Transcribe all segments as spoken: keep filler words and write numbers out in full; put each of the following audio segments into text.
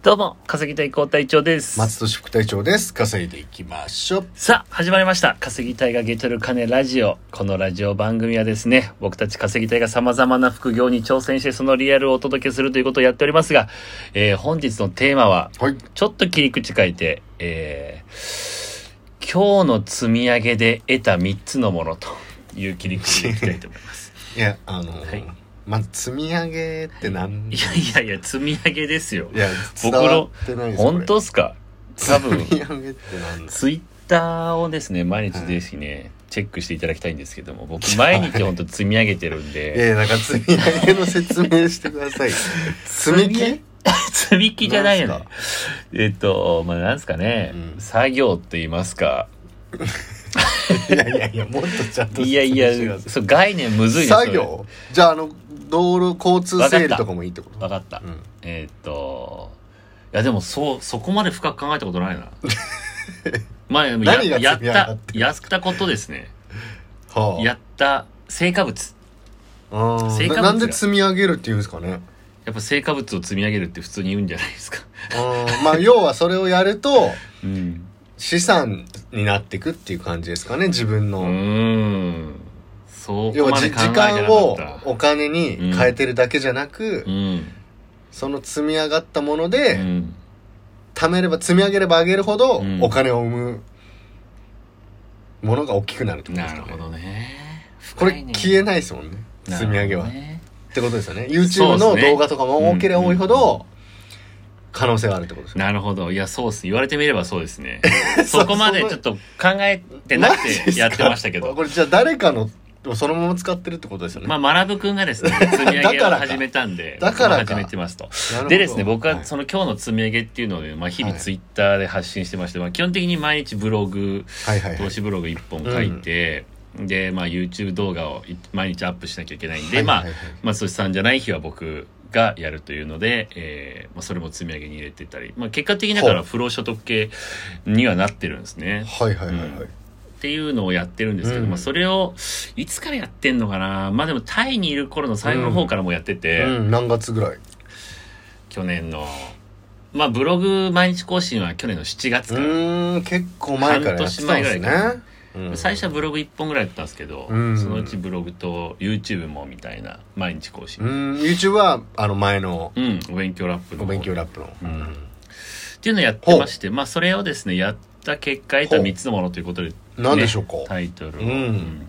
どうも稼ぎたい高隊長です。 松戸副隊長です。稼いでいきましょう。 さあ始まりました、稼ぎたいがゲットる金ラジオ。このラジオ番組はですね、僕たち稼ぎたいが様々な副業に挑戦してそのリアルをお届けするということをやっておりますが、えー、本日のテーマは、はい、ちょっと切り口変えて、えー、今日の積み上げで得たみっつのものという切り口でいきたいと思いますいやあのーはい、まず積み上げって何？ いやいやいや積み上げですよ。 いや僕の本当っすか？多分積み上げって何？ ツイッターをですね毎日ですね、はい、チェックしていただきたいんですけども、僕毎日本当積み上げてるんで。 いやなんか積み上げの説明してください。積み木？ 積み木じゃないよね。えっとまあなんですかね、うん、作業って言いますか。 いやいやいやもっとちゃんといやいやそう概念むずいです。 作業？じゃああの道路交通整理とかもいいってこと？ 分かった、うん、えー、っといやでもそうそこまで深く考えたことないな。まあややったやったことですね、はあ、やった成果物。 あ成果物なんで積み上げるっていうんですかね。 やっぱ成果物を積み上げるって普通に言うんじゃないですか。 あまあ要はそれをやると、 うん、 資産になっていくっていう感じですかね、自分の。うーんそう要は時間をお金に変えてるだけじゃなく、うんうん、その積み上がったもので、うん、貯めれば積み上げれば上げるほど、うん、お金を生むものが大きくなるってことですかね。 なるほどね。 これ消えないですもんね、積み上げは、ね、ってことですよね。 YouTube の動画とかも多ければ多いほど可能性があるってことですね。 なるほど。いやそうっす、言われてみればそうですね。そこまでちょっと考えてなくてやってましたけど。 これじゃあ誰かのそのまま使ってるってことですよね。 まあ学ぶくんがですね積み上げを始めたんでだから始めてますと。でですね、僕はその今日の積み上げっていうのを、ね、まあ、日々ツイッターで発信してまして、まあ、基本的に毎日ブログ、はいはいはい、投資ブログいっぽん書いて、うん、で、まあ、YouTube 動画を毎日アップしなきゃいけないんで、はいはいはい、まあ松戸さんじゃない日は僕がやるというので、えーまあ、それも積み上げに入れてたり、まあ、結果的にだから不労所得系にはなってるんですね。 はいはいはいはい、うんっていうのをやってるんですけど、うん、まあそれをいつからやってんのかな。まあでもタイにいる頃の最後の方からもやってて、 うんうん、何月ぐらい？ 去年のまあブログ毎日更新は去年のしちがつから。うーん結構前からやってたんですね。 半年前ぐらいから、うん、最初はブログいっぽんぐらいやったんですけど、うん、そのうちブログと YouTube もみたいな毎日更新。 うん YouTube はあの前の、 うん、お勉強ラップのお勉強ラップの、 うん、っていうのをやってまして、まあそれをですねやった結果得たみっつのものということで、ね、 何でしょうかタイトルを、うんうん、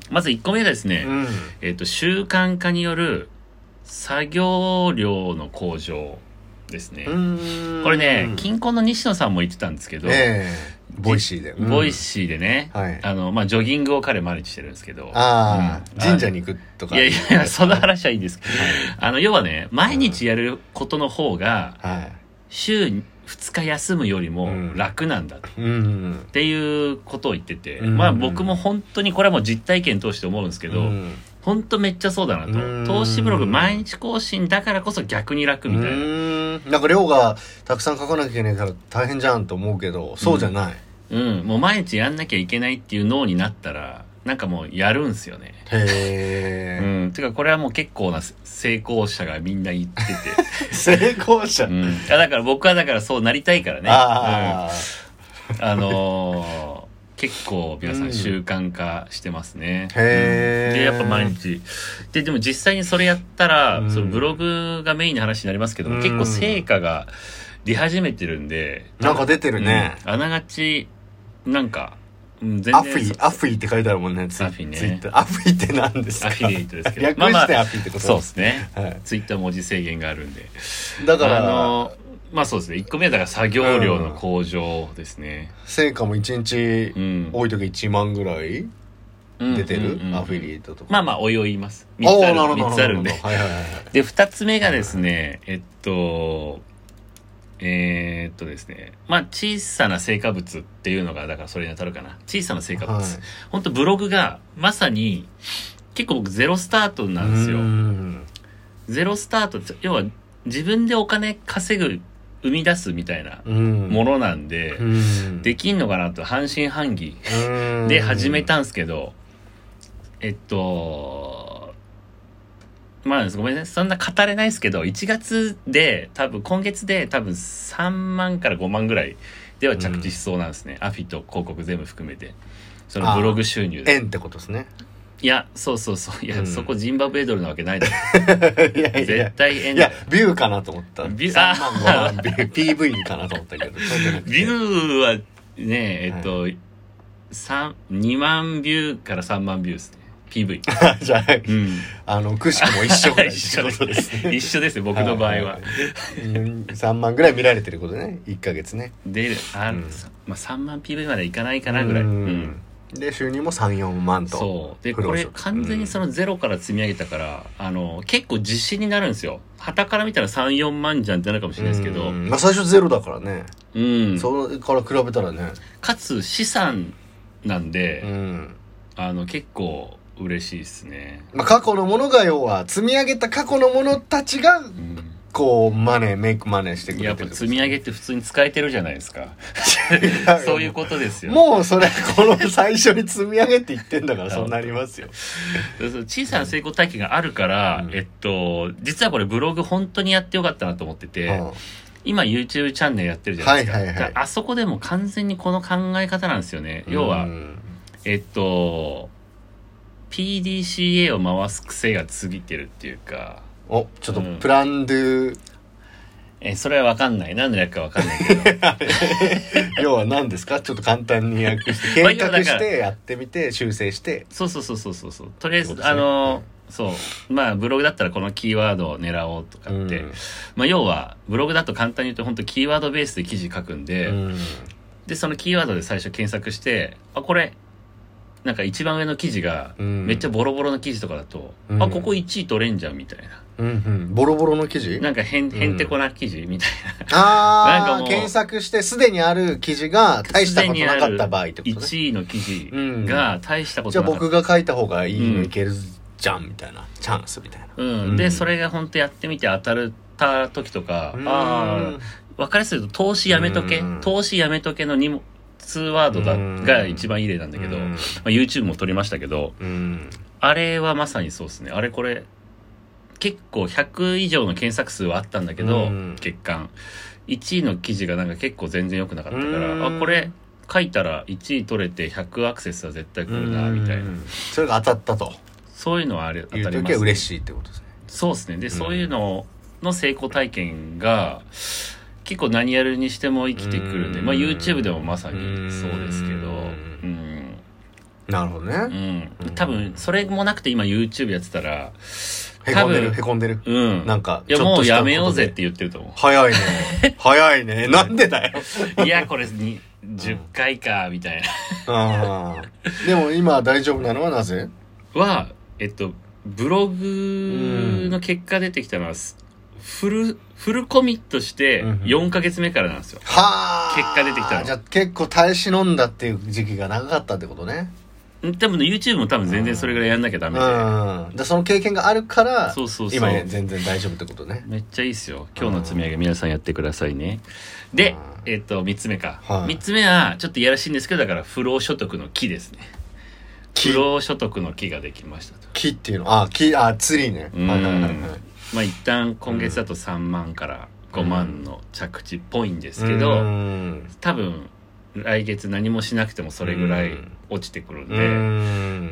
まずいっこめがですね、うんえー、と習慣化による作業量の向上ですね。これね近婚の西野さんも言ってたんですけど、 えー、ボイシーで、 うん、ボイシーでね、はい、あのまあ、ジョギングを彼毎日してるんですけど、 あ、うん、神社に行くとか、 いやいやその話はいいんですけど、はい、あの要はね毎日やることの方が、はい、週にふつか休むよりも楽なんだっていうことを言ってて、うん、まあ僕も本当にこれはもう実体験通して思うんですけど、うん、本当めっちゃそうだなと、うん、投資ブログ毎日更新だからこそ逆に楽みたいな、うん、 なんか量がたくさん書かなきゃいけないから大変じゃんと思うけどそうじゃない、 うん、うん、もう毎日やんなきゃいけないっていう脳になったらなんかもうやるんすよね。 へー、うん、てかこれはもう結構な成功者がみんな言ってて成功者、うん、 だから僕はだからそうなりたいからね。あ、うん、あのー、結構皆さん習慣化してますね、 うん、へー、 でやっぱ毎日ででも実際にそれやったら、うん、そのブログがメインの話になりますけども、うん、結構成果が出始めてるんでなんか出てるね、 うん、あながちなんかうん、全然アフィアフィって書いてあるもんね。 アフィね。 アフィって何ですか？ アフィリエイトですけど。 略してアフィってこと？ まあまあ、そうですね、はい。ツイッター文字制限があるんで。 だからあのまあそうですね。いっこめはだから作業量の向上ですね。 うん、成果もいちにち、うん、多い時いちまんぐらい出てる、うんうんうんうん、アフィリエイトとか。 まあまあおいおい言います。みっつあるみっつあるんで。 はいはいはい。 でふたつめがですね、えっと。えー、っとですねまあ小さな成果物っていうのがだからそれに当たるかな。小さな成果物、はい、本当ブログがまさに結構僕ゼロスタートなんですよ。ゼロスタートって要は自分でお金稼ぐ生み出すみたいなものなんでできんのかなと半信半疑で始めたんですけど、えっとまあごめんねそんな語れないですけどいちがつで多分今月で多分さんまんからごまんぐらいでは着地しそうなんですね、うん、アフィと広告全部含めてそのブログ収入で円ってことですね。 いやそうそうそういや、うん、そこジンバブエドルなわけないだろいやいや絶対円いやビューかなと思ったビューさんまんごまんビュー ピーブイ かなと思ったけどビューはねえっと、はい、にまんビューからさんまんビューですね ピーブイじゃあ、うん、あのくしくも一緒ぐらいってことですね一緒です僕の場合は、はいはいはい、さんまんぐらい見られてることねいっかげつねであ、うんまあ、さんまん ピーブイ までいかないかなぐらい、うん、 で収入もさん、よんまんとそうでこれ完全にそのゼロから積み上げたから、うん、あの結構自信になるんですよ旗から見たらさん、よんまんじゃんってなるかもしれないですけど、 まあ、最初ゼロだからねうんそれから比べたらねかつ資産なんで、 うん、 あの結構嬉しいですね、 まあ、過去のものが要は積み上げた過去のものたちが、うんこうマネーメイクマネーしてくれてる。 やっぱ積み上げって普通に使えてるじゃないですかそういうことですよ。 もうそれこの最初に積み上げって言ってんだからそうなりますよ小さな成功体験があるから、うん、えっと実はこれブログ本当にやってよかったなと思ってて、うん、今 YouTube チャンネルやってるじゃないですか、はいはいはい、あそこでも完全にこの考え方なんですよね。要は、うん、えっと ピーディーシーエー を回す癖が過ぎてるっていうかおちょっとプランドゥ、うん、 えそれは分かんない何の略か分かんないけど要は何ですかちょっと簡単に訳して計画してやってみて修正してそうそうそうそうそうそうとりあえず、ね、あの、うん、そうまあブログだったらこのキーワードを狙おうとかって、うん、まあ要はブログだと簡単に言うと本当キーワードベースで記事書くんで、うん、でそのキーワードで最初検索してあこれなんか一番上の記事がめっちゃボロボロの記事とかだと、うん、あここいちい取れんじゃんみたいな、 うんうん、ボロボロの記事なんかへんへんてこな記事みたいな、 うん、あなんかもう検索してすでにある記事が大したことなかった場合ってことね。 いちいの記事が大したことなかった、うん、じゃあ僕が書いた方がいいのいけるじゃんみたいな、うん、チャンスみたいな、 うんうん、でそれが本当やってみて当たるた時とか、うん、ああ分かりやすいと投資やめとけ、うん、投資やめとけのにもツーワードだが一番いい例なんだけど、まあ、YouTube も撮りましたけど、うん、あれはまさにそうですね。あれこれ結構ひゃく以上の検索数はあったんだけど、うん、月間いちいの記事がなんか結構全然良くなかったから、うん、あこれ書いたらいちい取れてひゃくアクセスは絶対来るなみたいな、 それが当たったとそういうのはあれ当たります、ね、 いう時は嬉しいってことですね。 そうですね。で、うん、そういうのの成功体験が結構何やるにしても生きてくるんで、まあ YouTube でもまさにそうですけど、うん、 なるほどね。うん、多分それもなくて今 YouTube やってたらへこんでるへこんでる。うん。なんかいやもうやめようぜって言ってると思う。 早いね。早いね。なんでだよ。 いやこれにじゅっかいかみたいな。 ああ。でも今大丈夫なのはなぜ？ はえっとブログの結果出てきたのは。フル、フルコミットしてよんかげつめからなんですよ。 は、 うん、結果出てきたの。 じゃあ結構耐え忍んだっていう時期が長かったってことね。 多分 YouTube も多分全然それぐらいやんなきゃダメで。 うん。でその経験があるから、 そうそうそう今全然大丈夫ってことね。 めっちゃいいっすよ。今日の積み上げ皆さんやってくださいね。で、えっと、みっつめか。みっつめはちょっといやらしいんですけど、だから不労所得の木ですね。不労所得の木ができましたと。 木っていうのあ、木、あ、ツリーね。はいはいはいはい。 まあ一旦今月だとさんまんからごまんの着地っぽいんですけど、うん、多分来月何もしなくてもそれぐらい落ちてくるんで、うん、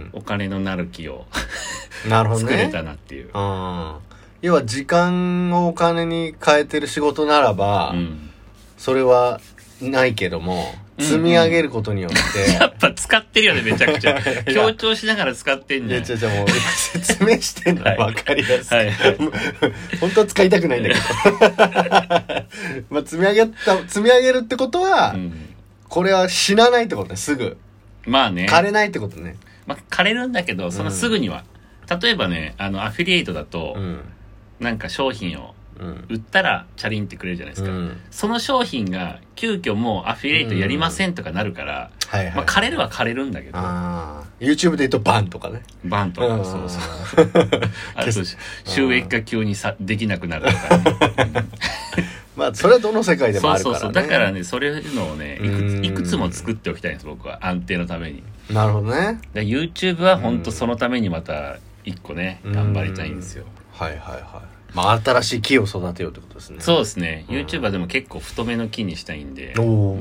お金のなる木をなるほど、ね、 作れたなっていう。 あ要は時間をお金に変えてる仕事ならば、うん、それはないけども積み上げることによって、 うんうん、やっぱ使ってるよねめちゃくちゃ強調しながら使ってんじゃん。 いや違う違うもう説明してんの分かりやすく、はいはい、本当は使いたくないんだけどまあ積み上げた積み上げるってことは、うん、これは死なないってことね。すぐまあね枯れないってことね。 まあ枯れるんだけどそのすぐには、うん、例えばねあのアフィリエイトだと、うん、なんか商品を売ったらチャリンってくれるじゃないですか、うん、その商品が急遽もうアフィリエイトやりませんとかなるから、うんはいはい、まあ枯れるは枯れるんだけど、 あ YouTube で言うとバンとかねバンとか、うん、そうそうあと収益化急にさできなくなるとかね、うん、 まあそれはどの世界でもあるからね。そうそうそうだからねそれのをねいくついくつも作っておきたいんです僕は安定のために。 なるほどね。 だ YouTube は本当そのためにまた一個ね頑張りたいんですよ。 はいはいはい。まあ新しい木を育てようってことですね。 そうですね、うん、YouTuber でも結構太めの木にしたいんで、 おうん、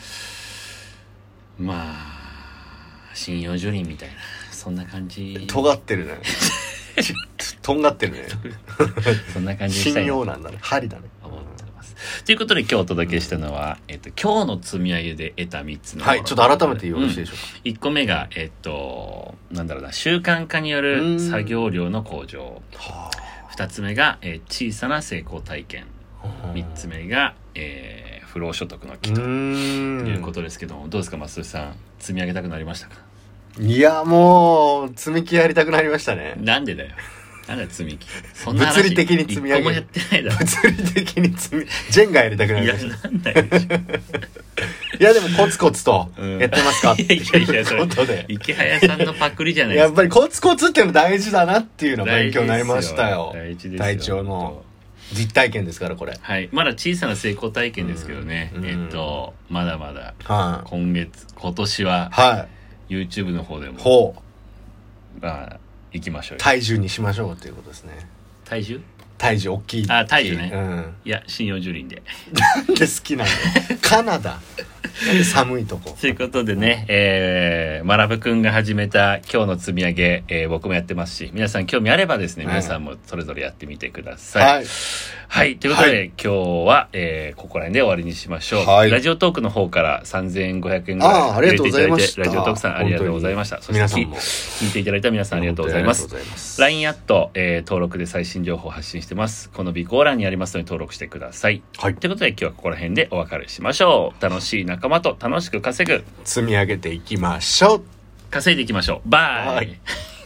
まあ針葉樹林みたいなそんな感じ。 尖ってるねとんがってるねそんな感じでしたいな。 針葉なんだね、針だね。 思ってます。ということで今日お届けしたのは、うん、えっと今日の積み上げで得たみっつのもの。 はい、ちょっと改めてよろしいでしょうか。 うん、いっこめがえっとなんだろうな、習慣化による作業量の向上。ふたつめが、えー、小さな成功体験。みっつめが、えー、不労所得の木ということですけども、どうですか増田さん、積み上げたくなりましたか？ いやもう積み木やりたくなりましたね。 なんでだよ。なんだ積み木。そんな物理的に積み上げる。 一個もやってないだろ。 物理的に積みジェンガやりたくなりました。 いやなんだよ。 いやでもコツコツとやってますか、うん、っていやいやそれことで池早さんのパクリじゃないですか。 やっぱりコツコツっていうの大事だなっていうのが勉強になりましたよ。 大事ですよ。 隊長の実体験ですからこれ。 はい、まだ小さな成功体験ですけどね、うん、えっとまだまだ、はい、今月今年は、はい、YouTube の方でもほうまあ行きましょうよ。 体重にしましょうっていうことですね。 体重体重大きい。 あ、体重ね、うん、いや針葉樹林でなんで好きなのカナダ寒いとこ。 ということでね、えー、まなぶくんが始めた今日の積み上げ、えー、僕もやってますし、皆さん興味あればですね、皆さんもそれぞれやってみてください。はい。はい、ということで、はい、今日は、えー、ここら辺で終わりにしましょう。はい、ラジオトークの方からさんぜんごひゃくえんぐらい入れていただいて、ラジオトークさんありがとうございました。そして皆さんも聞いていただいた皆さんありがとうございます。ライン アット、えー、登録で最新情報を発信してます。この備考欄にありますので登録してください。はい。ということで今日はここら辺でお別れしましょう。楽しい仲間と楽しく稼ぐ。 積み上げていきましょう。 稼いでいきましょう。バイ。